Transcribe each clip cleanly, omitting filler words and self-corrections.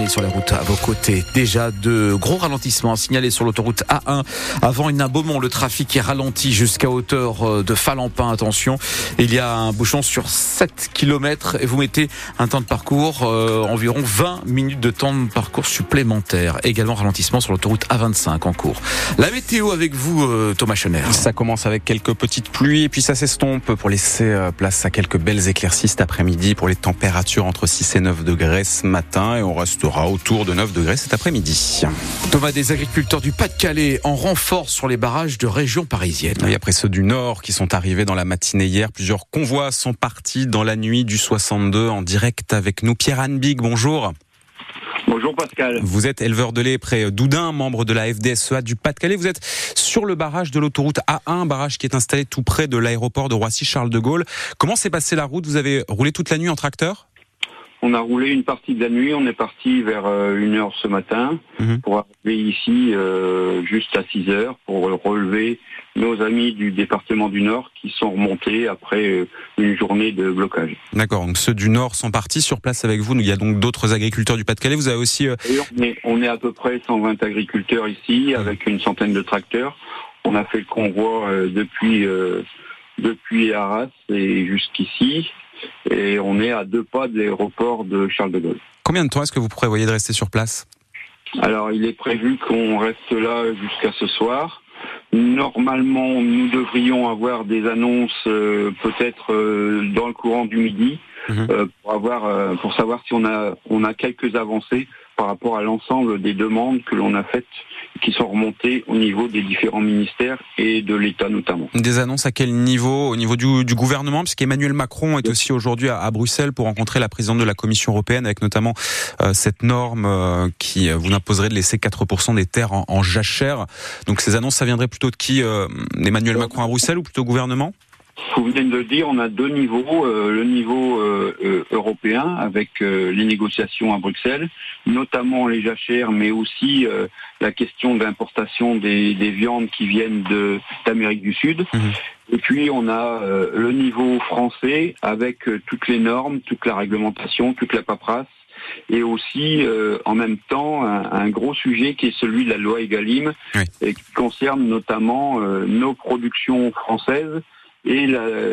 sur les routes à vos côtés. Déjà de gros ralentissements signalés sur l'autoroute A1 avant Hénin-Beaumont. Le trafic est ralenti jusqu'à hauteur de Falampin. Attention, il y a un bouchon sur 7 km et vous mettez un temps de parcours, environ 20 minutes de temps de parcours supplémentaire. Également ralentissement sur l'autoroute A25 en cours. La météo avec vous, Thomas Schoner. Ça commence avec quelques petites pluies et puis ça s'estompe pour laisser place à quelques belles éclaircies cet après-midi pour les températures entre 6 et 9 degrés ce matin et on restera autour de 9 degrés cet après-midi. Thomas, des agriculteurs du Pas-de-Calais en renfort sur les barrages de région parisienne. Et après ceux du Nord qui sont arrivés dans la matinée hier, plusieurs convois sont partis dans la nuit du 62 en direct avec nous. Pierre Hanbig, bonjour. Bonjour Pascal. Vous êtes éleveur de lait près d'Oudin, membre de la FDSEA du Pas-de-Calais. Vous êtes sur le barrage de l'autoroute A1, barrage qui est installé tout près de l'aéroport de Roissy-Charles de Gaulle. Comment s'est passée la route ? Vous avez roulé toute la nuit en tracteur ? On a roulé une partie de la nuit, on est parti vers 1h ce matin pour arriver ici juste à 6h pour relever nos amis du département du Nord qui sont remontés après une journée de blocage. D'accord, donc ceux du Nord sont partis sur place avec vous. Il y a donc d'autres agriculteurs du Pas-de-Calais. Vous avez aussi... On est à peu près 120 agriculteurs ici avec une centaine de tracteurs. On a fait le convoi depuis Arras et jusqu'ici. Et on est à 2 pas de l'aéroport de Charles de Gaulle. Combien de temps est-ce que vous prévoyez de rester sur place ? Alors, il est prévu qu'on reste là jusqu'à ce soir. Normalement, nous devrions avoir des annonces peut-être dans le courant du midi pour savoir si on a quelques avancées par rapport à l'ensemble des demandes que l'on a faites, qui sont remontées au niveau des différents ministères et de l'État notamment. Des annonces à quel niveau ? Au niveau du gouvernement, puisqu'Emmanuel Macron est aussi aujourd'hui à Bruxelles pour rencontrer la présidente de la Commission européenne, avec notamment cette norme qui vous imposerait de laisser 4% des terres en jachère. Donc ces annonces, ça viendrait plutôt de qui ? Emmanuel Macron à Bruxelles ou plutôt gouvernement ? Vous venez de le dire, on a 2 niveaux. Le niveau européen avec les négociations à Bruxelles, notamment les jachères, mais aussi la question de l'importation des viandes qui viennent d'Amérique du Sud. Et puis on a le niveau français avec toutes les normes, toute la réglementation, toute la paperasse. Et aussi, en même temps, un gros sujet qui est celui de la loi Egalim, et qui concerne notamment nos productions françaises, et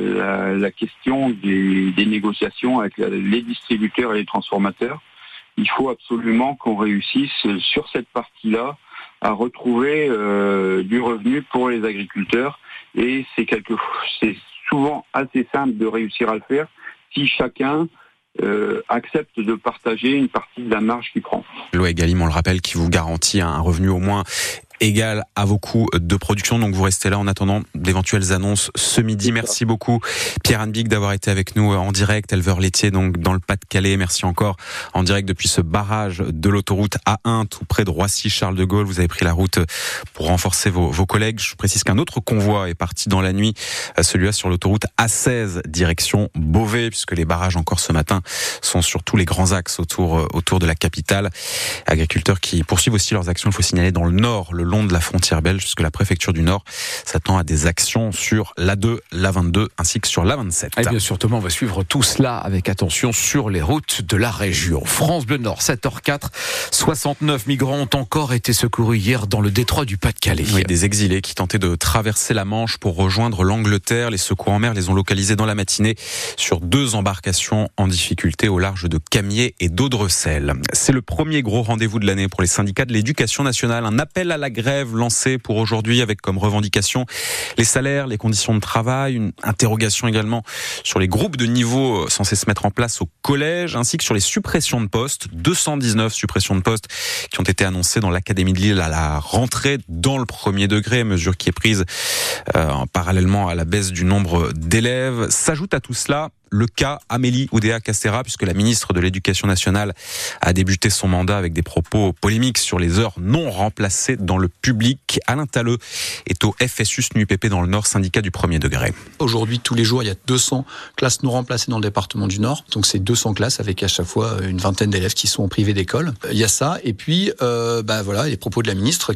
la question des négociations avec les distributeurs et les transformateurs. Il faut absolument qu'on réussisse sur cette partie-là à retrouver du revenu pour les agriculteurs, et c'est souvent assez simple de réussir à le faire si chacun accepte de partager une partie de la marge qu'il prend. Loi Egalim, on le rappelle, qui vous garantit un revenu au moins égal à vos coûts de production. Donc vous restez là en attendant d'éventuelles annonces ce midi. Merci beaucoup Pierre Hanbig d'avoir été avec nous en direct, éleveur laitier donc dans le Pas-de-Calais. Merci encore en direct depuis ce barrage de l'autoroute A1 tout près de Roissy-Charles de Gaulle. Vous avez pris la route pour renforcer vos collègues. Je précise qu'un autre convoi est parti dans la nuit, celui-là sur l'autoroute A16 direction Beauvais, puisque les barrages encore ce matin sont sur tous les grands axes autour de la capitale. Agriculteurs qui poursuivent aussi leurs actions, il faut signaler, dans le nord, le long de la frontière belge, puisque la préfecture du Nord s'attend à des actions sur l'A2, l'A22 ainsi que sur l'A27. Et bien sûr, Thomas, on va suivre tout cela avec attention sur les routes de la région. France Bleu Nord, 7h04, 69 migrants ont encore été secourus hier dans le détroit du Pas-de-Calais. Oui, des exilés qui tentaient de traverser la Manche pour rejoindre l'Angleterre. Les secours en mer les ont localisés dans la matinée sur 2 embarcations en difficulté au large de Camiers et d'Audrecel. C'est le premier gros rendez-vous de l'année pour les syndicats de l'éducation nationale. Un appel à la grève lancée pour aujourd'hui avec comme revendication les salaires, les conditions de travail, une interrogation également sur les groupes de niveau censés se mettre en place au collège, ainsi que sur les suppressions de postes, 219 suppressions de postes qui ont été annoncées dans l'Académie de Lille à la rentrée dans le premier degré, mesure qui est prise parallèlement à la baisse du nombre d'élèves. S'ajoute à tout cela le cas Amélie Oudéa-Castéra, puisque la ministre de l'Éducation nationale a débuté son mandat avec des propos polémiques sur les heures non remplacées dans le public. Alain Talleux est au FSUS NUPP dans le Nord, syndicat du premier degré. Aujourd'hui, tous les jours, il y a 200 classes non remplacées dans le département du Nord. Donc c'est 200 classes avec à chaque fois une vingtaine d'élèves qui sont privés d'école. Il y a ça, et puis voilà, les propos de la ministre qui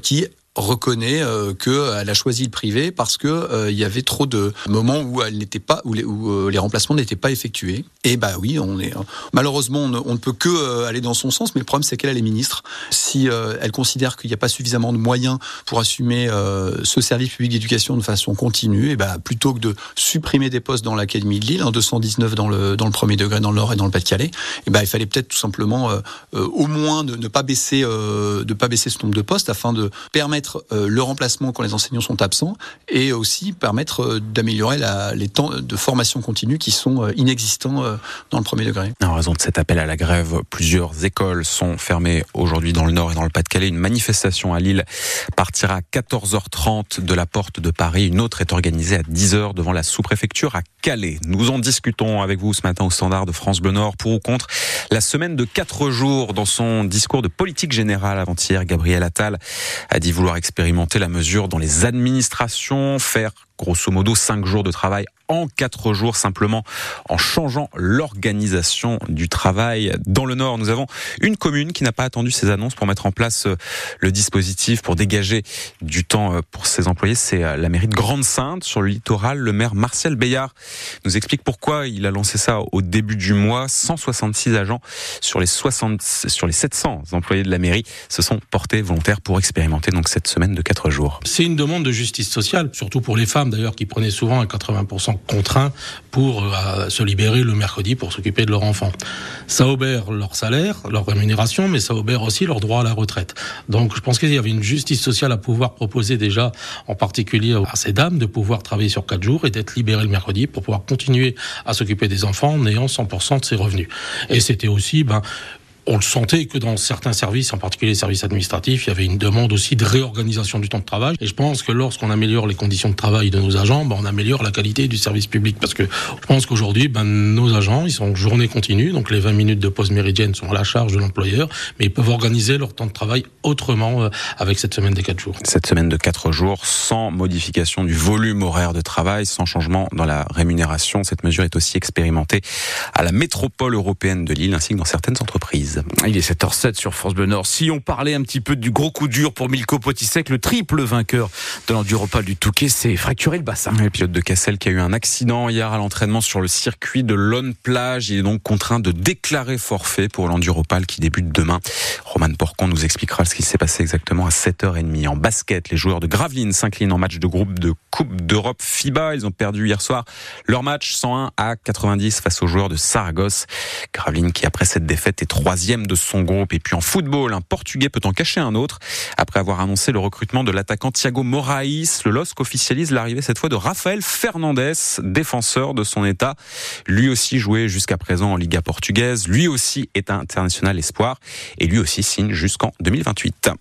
reconnaît qu'elle a choisi le privé parce que il y avait trop de moments où elle n'était pas, où les remplacements n'étaient pas effectués. Et oui, malheureusement on ne peut que aller dans son sens, mais le problème c'est qu'elle est ministre. Si elle considère qu'il n'y a pas suffisamment de moyens pour assumer ce service public d'éducation de façon continue, et plutôt que de supprimer des postes dans l'académie de Lille, 219 dans le premier degré dans le Nord et dans le Pas-de-Calais, il fallait peut-être tout simplement au moins de ne pas baisser ce nombre de postes afin de permettre le remplacement quand les enseignants sont absents et aussi permettre d'améliorer les temps de formation continue qui sont inexistants dans le premier degré. En raison de cet appel à la grève, plusieurs écoles sont fermées aujourd'hui dans le Nord et dans le Pas-de-Calais. Une manifestation à Lille partira à 14h30 de la porte de Paris. Une autre est organisée à 10h devant la sous-préfecture à Calais. Nous en discutons avec vous ce matin au Standard de France Bleu Nord pour ou contre la semaine de 4 jours. Dans son discours de politique générale avant-hier, Gabriel Attal a dit vouloir expérimenter la mesure dans les administrations, faire grosso modo 5 jours de travail en 4 jours, simplement en changeant l'organisation du travail. Dans le Nord, nous avons une commune qui n'a pas attendu ces annonces pour mettre en place le dispositif, pour dégager du temps pour ses employés. C'est la mairie de Grande-Synthe, sur le littoral. Le maire Martial Beillard nous explique pourquoi il a lancé ça au début du mois. 166 agents sur les 700 employés de la mairie se sont portés volontaires pour expérimenter donc cette semaine de 4 jours. C'est une demande de justice sociale, surtout pour les femmes d'ailleurs, qui prenaient souvent à 80% contraints pour se libérer le mercredi pour s'occuper de leur enfant. Ça obère leur salaire, leur rémunération, mais ça obère aussi leur droit à la retraite. Donc je pense qu'il y avait une justice sociale à pouvoir proposer déjà, en particulier à ces dames, de pouvoir travailler sur 4 jours et d'être libérées le mercredi pour pouvoir continuer à s'occuper des enfants en ayant 100% de ses revenus. Et c'était aussi... on le sentait que dans certains services, en particulier les services administratifs, il y avait une demande aussi de réorganisation du temps de travail. Et je pense que lorsqu'on améliore les conditions de travail de nos agents, on améliore la qualité du service public. Parce que je pense qu'aujourd'hui, nos agents, ils sont en journée continue, donc les 20 minutes de pause méridienne sont à la charge de l'employeur, mais ils peuvent organiser leur temps de travail autrement avec cette semaine des 4 jours. Cette semaine de 4 jours, sans modification du volume horaire de travail, sans changement dans la rémunération. Cette mesure est aussi expérimentée à la métropole européenne de Lille, ainsi que dans certaines entreprises. Il est 7h07 sur France Bleu Nord. Si on parlait un petit peu du gros coup dur pour Milko Potisek, le triple vainqueur de l'Enduropal du Touquet, s'est fracturé le bassin. Le pilote de Cassel qui a eu un accident hier à l'entraînement sur le circuit de Lonne-Plage. Il est donc contraint de déclarer forfait pour l'Enduropal qui débute demain. Roman Porcon nous expliquera ce qui s'est passé exactement à 7h30. En basket, les joueurs de Gravelines s'inclinent en match de groupe de Coupe d'Europe FIBA. Ils ont perdu hier soir leur match 101-90 face aux joueurs de Saragosse. Gravelines qui, après cette défaite, est 3e de son groupe. Et puis en football, un Portugais peut en cacher un autre. Après avoir annoncé le recrutement de l'attaquant Thiago Moraes, le LOSC officialise l'arrivée cette fois de Rafael Fernandes, défenseur de son état. Lui aussi joué jusqu'à présent en Liga portugaise. Lui aussi est un international espoir. Et lui aussi signe jusqu'en 2028.